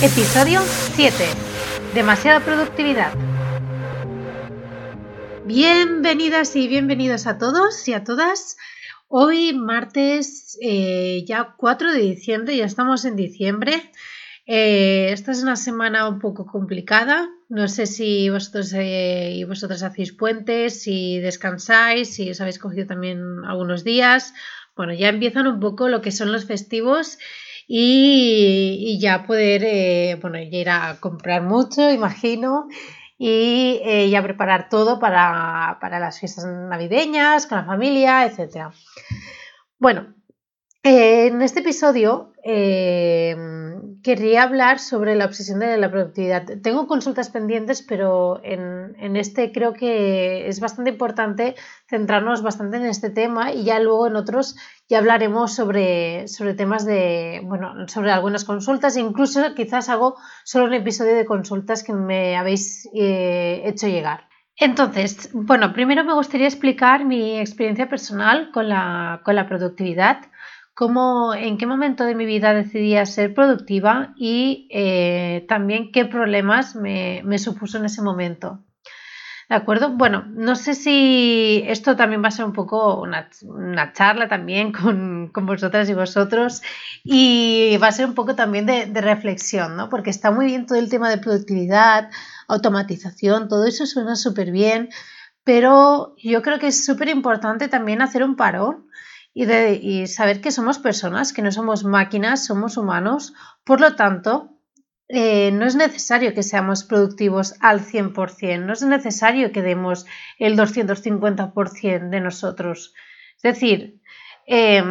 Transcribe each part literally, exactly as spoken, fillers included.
Episodio siete. Demasiada productividad. Bienvenidas y bienvenidos a todos y a todas. Hoy martes eh, ya cuatro de diciembre, ya estamos en diciembre. Eh, esta es una semana un poco complicada. No sé si vosotros eh, y vosotras hacéis puentes, si descansáis, si os habéis cogido también algunos días. Bueno, ya empiezan un poco lo que son los festivos y, y ya poder eh, bueno, ya ir a comprar mucho, imagino, y eh, ya preparar todo para, para las fiestas navideñas, con la familia, etcétera. Bueno, eh, en este episodio eh, querría hablar sobre la obsesión de la productividad. Tengo consultas pendientes, pero en, en este creo que es bastante importante centrarnos bastante en este tema y ya luego en otros ya hablaremos sobre, sobre temas de, bueno, sobre algunas consultas, incluso quizás hago solo un episodio de consultas que me habéis eh, hecho llegar. Entonces, bueno, primero me gustaría explicar mi experiencia personal con la, con la productividad. Cómo, en qué momento de mi vida decidí ser productiva y eh, también qué problemas me, me supuso en ese momento. ¿De acuerdo? Bueno, no sé si esto también va a ser un poco una, una charla también con, con vosotras y vosotros y va a ser un poco también de, de reflexión, ¿no? Porque está muy bien todo el tema de productividad, automatización, todo eso suena súper bien, pero yo creo que es súper importante también hacer un parón y, de, y saber que somos personas, que no somos máquinas, somos humanos. Por lo tanto, eh, no es necesario que seamos productivos al cien por ciento, no es necesario que demos el doscientos cincuenta por ciento de nosotros. Es decir, eh,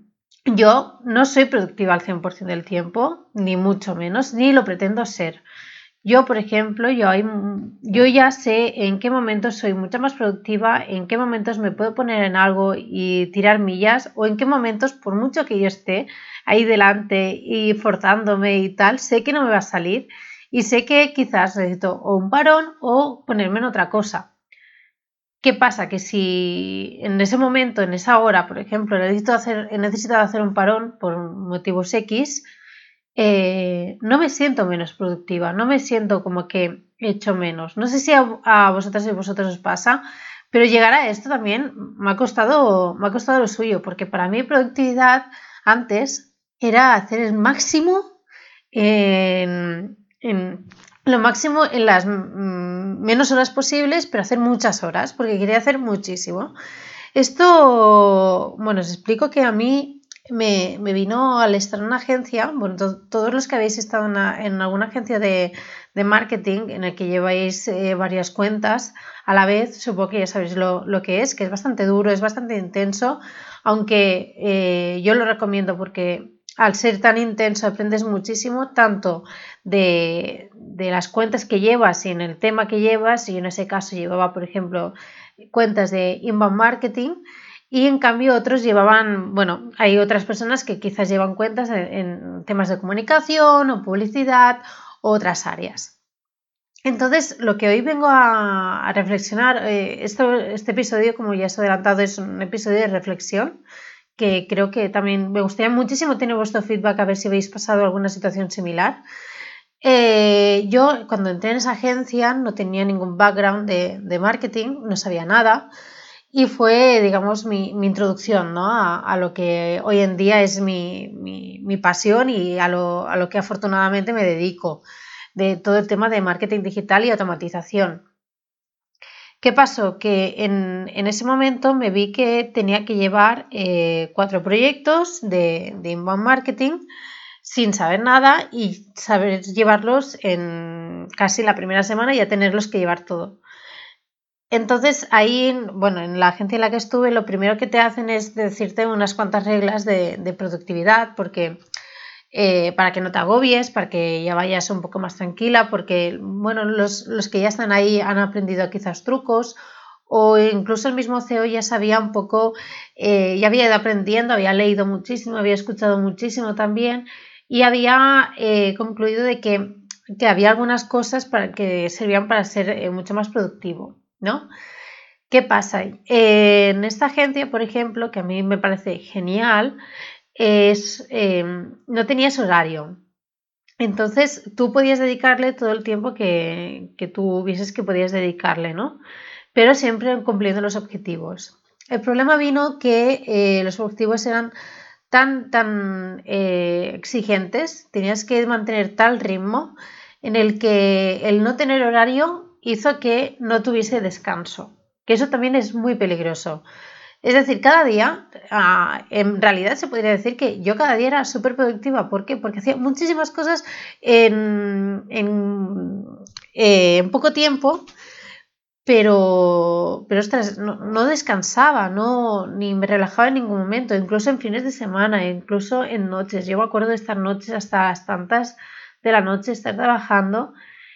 yo no soy productiva al cien por ciento del tiempo, ni mucho menos, ni lo pretendo ser. Yo, por ejemplo, yo, hay, yo ya sé en qué momentos soy mucho más productiva, en qué momentos me puedo poner en algo y tirar millas, o en qué momentos, por mucho que yo esté ahí delante y forzándome y tal, sé que no me va a salir y sé que quizás necesito o un parón o ponerme en otra cosa. ¿Qué pasa? Que si en ese momento, en esa hora, por ejemplo, necesito hacer, he necesitado hacer un parón por motivos X, Eh, no me siento menos productiva, no me siento como que he hecho menos. No sé si a, a vosotras y a vosotros os pasa, pero llegar a esto también me ha costado, me ha costado lo suyo, porque para mí productividad antes era hacer el máximo en, en lo máximo en las mm, menos horas posibles, pero hacer muchas horas, porque quería hacer muchísimo. Esto, bueno, os explico que a mí me, me vino al estar en una agencia, bueno, to, todos los que habéis estado en, una, en alguna agencia de, de marketing en el que lleváis eh, varias cuentas a la vez, supongo que ya sabéis lo, lo que es, que es bastante duro, es bastante intenso, aunque eh, yo lo recomiendo porque al ser tan intenso aprendes muchísimo, tanto de, de las cuentas que llevas y en el tema que llevas, y en ese caso llevaba, por ejemplo, cuentas de inbound marketing y en cambio otros llevaban, bueno, hay otras personas que quizás llevan cuentas en, en temas de comunicación o publicidad o otras áreas. Entonces, lo que hoy vengo a, a reflexionar, eh, esto, este episodio, como ya os he adelantado, es un episodio de reflexión que creo que también me gustaría muchísimo tener vuestro feedback a ver si habéis pasado alguna situación similar. Eh, yo cuando entré en esa agencia no tenía ningún background de, de marketing, no sabía nada y fue, digamos, mi, mi introducción, ¿no? a, a lo que hoy en día es mi, mi, mi pasión y a lo, a lo que afortunadamente me dedico, de todo el tema de marketing digital y automatización. ¿Qué pasó? Que en, en ese momento me vi que tenía que llevar eh, cuatro proyectos de, de inbound marketing sin saber nada y saber llevarlos en casi la primera semana y ya tenerlos que llevar todo. Entonces ahí, bueno, en la agencia en la que estuve, lo primero que te hacen es decirte unas cuantas reglas de, de productividad, porque eh, para que no te agobies, para que ya vayas un poco más tranquila, porque bueno, los, los que ya están ahí han aprendido quizás trucos o incluso el mismo C E O ya sabía un poco, eh, ya había ido aprendiendo, había leído muchísimo, había escuchado muchísimo también y había eh, concluido de que, que había algunas cosas para que servían para ser eh, mucho más productivo, ¿no? ¿Qué pasa? Eh, en esta agencia, por ejemplo, que a mí me parece genial, es, eh, no tenías horario. Entonces tú podías dedicarle todo el tiempo que, que tú vieses que podías dedicarle, ¿no? Pero siempre cumpliendo los objetivos. El problema vino que eh, los objetivos eran tan, tan eh, exigentes, tenías que mantener tal ritmo en el que el no tener horario hizo que no tuviese descanso, que eso también es muy peligroso. Es decir, cada día, uh, en realidad se podría decir que yo cada día era súper productiva. ¿Por qué? Porque hacía muchísimas cosas en, en, eh, en poco tiempo, pero, pero ostras, no, no descansaba, no, ni me relajaba en ningún momento, incluso en fines de semana, incluso en noches. Yo me acuerdo de estar noches hasta las tantas de la noche, estar trabajando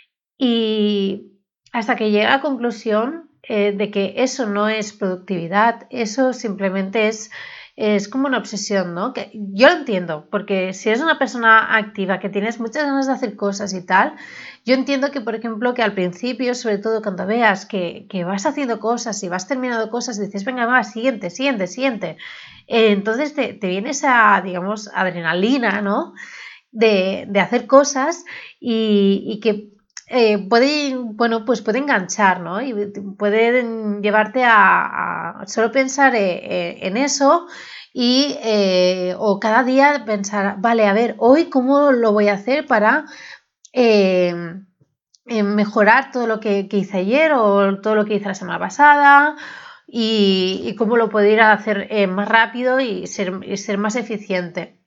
y hasta que llegué a la conclusión eh, de que eso no es productividad, eso simplemente es, es como una obsesión, ¿no? Que yo lo entiendo, porque si eres una persona activa, que tienes muchas ganas de hacer cosas y tal, yo entiendo que, por ejemplo, que al principio, sobre todo cuando veas que, que vas haciendo cosas y vas terminando cosas, dices, venga, va, siguiente, siguiente, siguiente. Eh, entonces te, te viene esa, digamos, adrenalina, ¿no? De, de hacer cosas y, y que eh, puede, bueno, pues puede enganchar, ¿no? Y puede llevarte a, a solo pensar eh, en eso y eh, o cada día pensar, vale, a ver, hoy cómo lo voy a hacer para eh, eh, mejorar todo lo que, que hice ayer o todo lo que hice la semana pasada y, y cómo lo puedo ir a hacer eh, más rápido y ser, y ser más eficiente.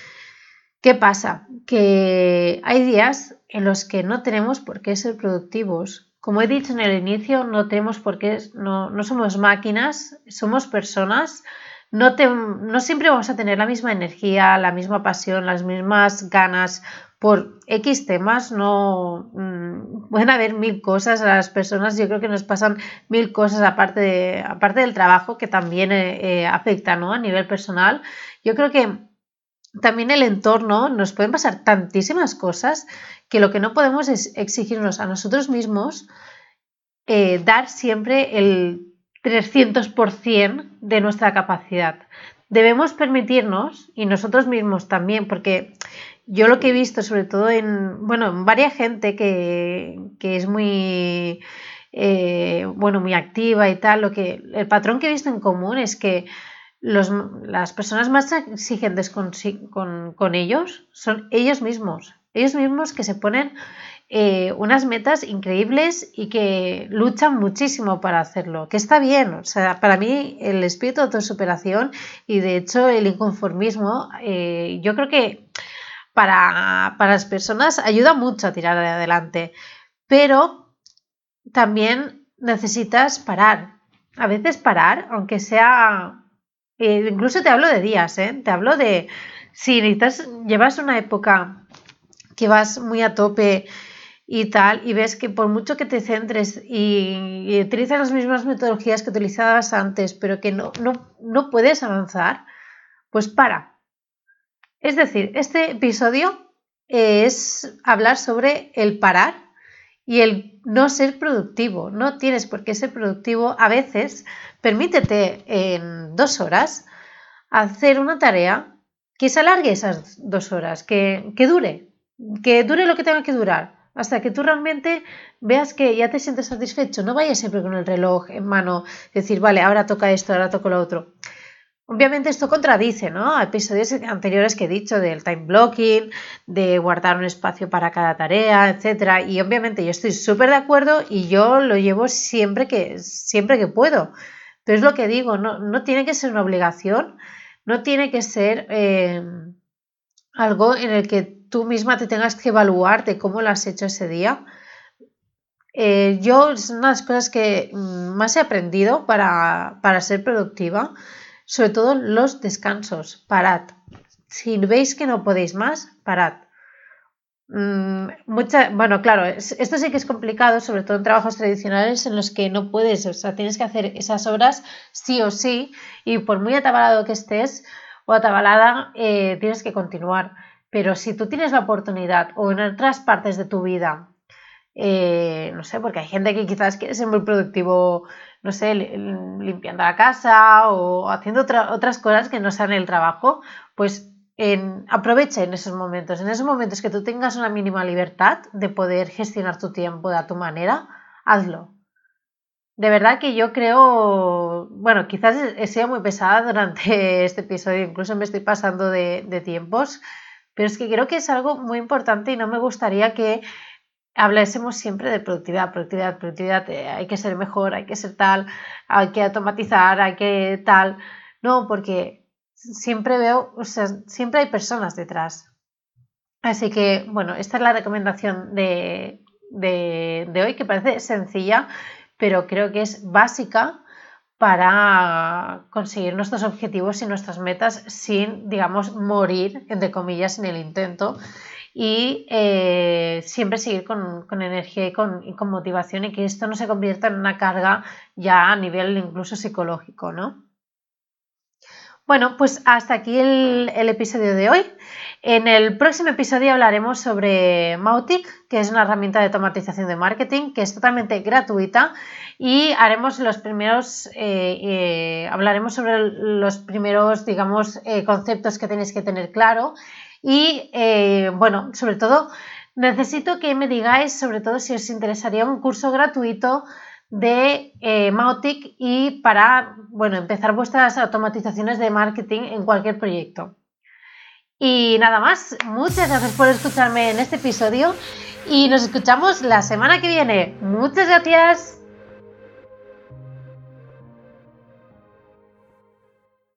¿Qué pasa? Que hay días en los que no tenemos por qué ser productivos. Como he dicho en el inicio, no tenemos por qué, no, no somos máquinas, somos personas. No, te, no siempre vamos a tener la misma energía, la misma pasión, las mismas ganas por X temas. No mmm, pueden haber mil cosas. A las personas yo creo que nos pasan mil cosas aparte, de, aparte del trabajo que también eh, eh, afecta, ¿no? A nivel personal. Yo creo que también el entorno, nos pueden pasar tantísimas cosas que lo que no podemos es exigirnos a nosotros mismos eh, dar siempre el trescientos por ciento de nuestra capacidad. Debemos permitirnos, y nosotros mismos también, porque yo lo que he visto sobre todo en, bueno, en varias gente que, que es muy, eh, bueno, muy activa y tal, lo que, el patrón que he visto en común es que Los, las personas más exigentes con, con, con ellos son ellos mismos, ellos mismos que se ponen eh, unas metas increíbles y que luchan muchísimo para hacerlo, que está bien. O sea, para mí el espíritu de autosuperación y de hecho el inconformismo, eh, yo creo que para, para las personas ayuda mucho a tirar adelante, pero también necesitas parar. A veces parar, aunque sea... Eh, incluso te hablo de días, ¿eh? Te hablo de si necesitas, llevas una época que vas muy a tope y tal, y ves que por mucho que te centres y, y utilizas las mismas metodologías que utilizabas antes, pero que no, no, no puedes avanzar, pues para. Es decir, este episodio es hablar sobre el parar y el no ser productivo. No tienes por qué ser productivo. A veces, permítete en dos horas hacer una tarea que se alargue esas dos horas, que, que dure, que dure lo que tenga que durar, hasta que tú realmente veas que ya te sientes satisfecho. No vayas siempre con el reloj en mano, decir, vale, ahora toca esto, ahora toca lo otro. Obviamente esto contradice, ¿no? A episodios anteriores que he dicho del time blocking, de guardar un espacio para cada tarea, etcétera. Y obviamente yo estoy súper de acuerdo y yo lo llevo siempre que, siempre que puedo. Pero es lo que digo, no, no tiene que ser una obligación, no tiene que ser eh, algo en el que tú misma te tengas que evaluar de cómo lo has hecho ese día. Eh, yo es una de las cosas que más he aprendido para, para ser productiva. Sobre todo los descansos, parad. Si veis que no podéis más, parad. Mm, mucha, bueno, claro, esto sí que es complicado, sobre todo en trabajos tradicionales en los que no puedes, o sea, tienes que hacer esas horas sí o sí, y por muy atabalado que estés o atabalada, eh, tienes que continuar. Pero si tú tienes la oportunidad o en otras partes de tu vida, eh, no sé, porque hay gente que quizás quiere ser muy productivo, no sé, limpiando la casa o haciendo otra, otras cosas que no sean el trabajo, pues en, aprovecha en esos momentos, en esos momentos que tú tengas una mínima libertad de poder gestionar tu tiempo de a tu manera, hazlo. De verdad que yo creo, bueno, quizás he sido muy pesada durante este episodio, incluso me estoy pasando de, de tiempos, pero es que creo que es algo muy importante y no me gustaría que hablásemos siempre de productividad, productividad, productividad, eh, hay que ser mejor, hay que ser tal, hay que automatizar, hay que tal. No, porque siempre veo, o sea, siempre hay personas detrás. Así que, bueno, esta es la recomendación de, de, de hoy, que parece sencilla, pero creo que es básica para conseguir nuestros objetivos y nuestras metas sin, digamos, morir, entre comillas, en el intento y eh, siempre seguir con, con energía y con, y con motivación y que esto no se convierta en una carga ya a nivel incluso psicológico, ¿no? Bueno, pues hasta aquí el, el episodio de hoy. En el próximo episodio hablaremos sobre Mautic, que es una herramienta de automatización de marketing que es totalmente gratuita y haremos los primeros, eh, eh, hablaremos sobre los primeros, digamos, eh, conceptos que tenéis que tener claro y, eh, bueno, sobre todo, necesito que me digáis, sobre todo, si os interesaría un curso gratuito de eh, Mautic y para, bueno, empezar vuestras automatizaciones de marketing en cualquier proyecto. Y nada más, muchas gracias por escucharme en este episodio y nos escuchamos la semana que viene. Muchas gracias.